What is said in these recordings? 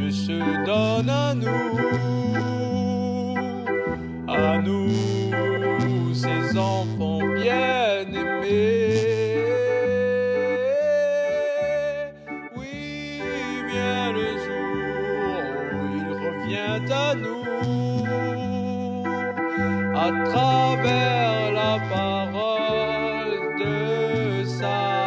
Dieu se donne à nous, ses enfants bien-aimés. Oui, vient le jour où il revient à nous, à travers la parole de sa.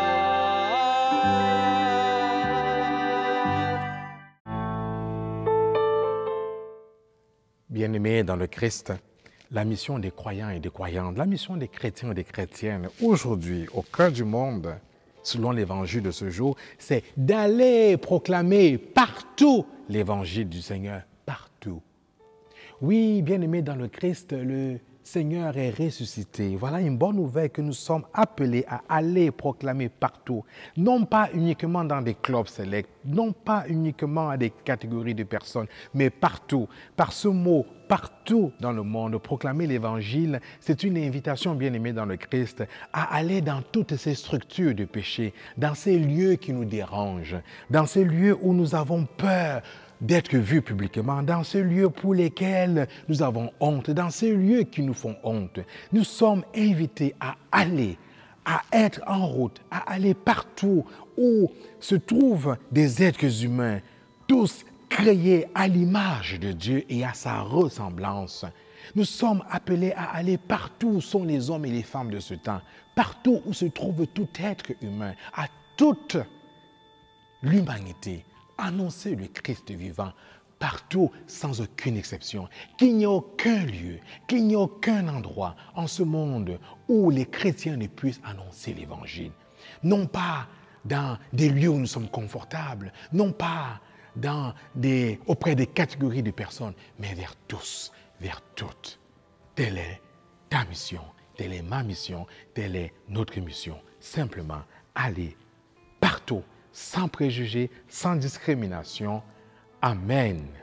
Bien-aimés dans le Christ, la mission des croyants et des croyantes, la mission des chrétiens et des chrétiennes, aujourd'hui, au cœur du monde, selon l'évangile de ce jour, c'est d'aller proclamer partout l'évangile du Seigneur, partout. Oui, bien-aimés dans le Christ, le Seigneur est ressuscité. Voilà une bonne nouvelle que nous sommes appelés à aller proclamer partout. Non pas uniquement dans des clubs sélects, non pas uniquement à des catégories de personnes, mais partout. Par ce mot, partout dans le monde, proclamer l'Évangile, c'est une invitation, bien-aimés dans le Christ, à aller dans toutes ces structures de péché, dans ces lieux qui nous dérangent, dans ces lieux où nous avons peur d'être vus publiquement, dans ces lieux pour lesquels nous avons honte, dans ces lieux qui nous font honte. Nous sommes invités à aller, à être en route, à aller partout où se trouvent des êtres humains, tous créés à l'image de Dieu et à sa ressemblance. Nous sommes appelés à aller partout où sont les hommes et les femmes de ce temps, partout où se trouve tout être humain, à toute l'humanité. Annoncer le Christ vivant partout sans aucune exception. Qu'il n'y ait aucun lieu, qu'il n'y ait aucun endroit en ce monde où les chrétiens ne puissent annoncer l'Évangile. Non pas dans des lieux où nous sommes confortables, non pas auprès des catégories de personnes, mais vers tous, vers toutes. Telle est ta mission, telle est ma mission, telle est notre mission. Simplement aller partout, sans préjugés, sans discrimination. Amen.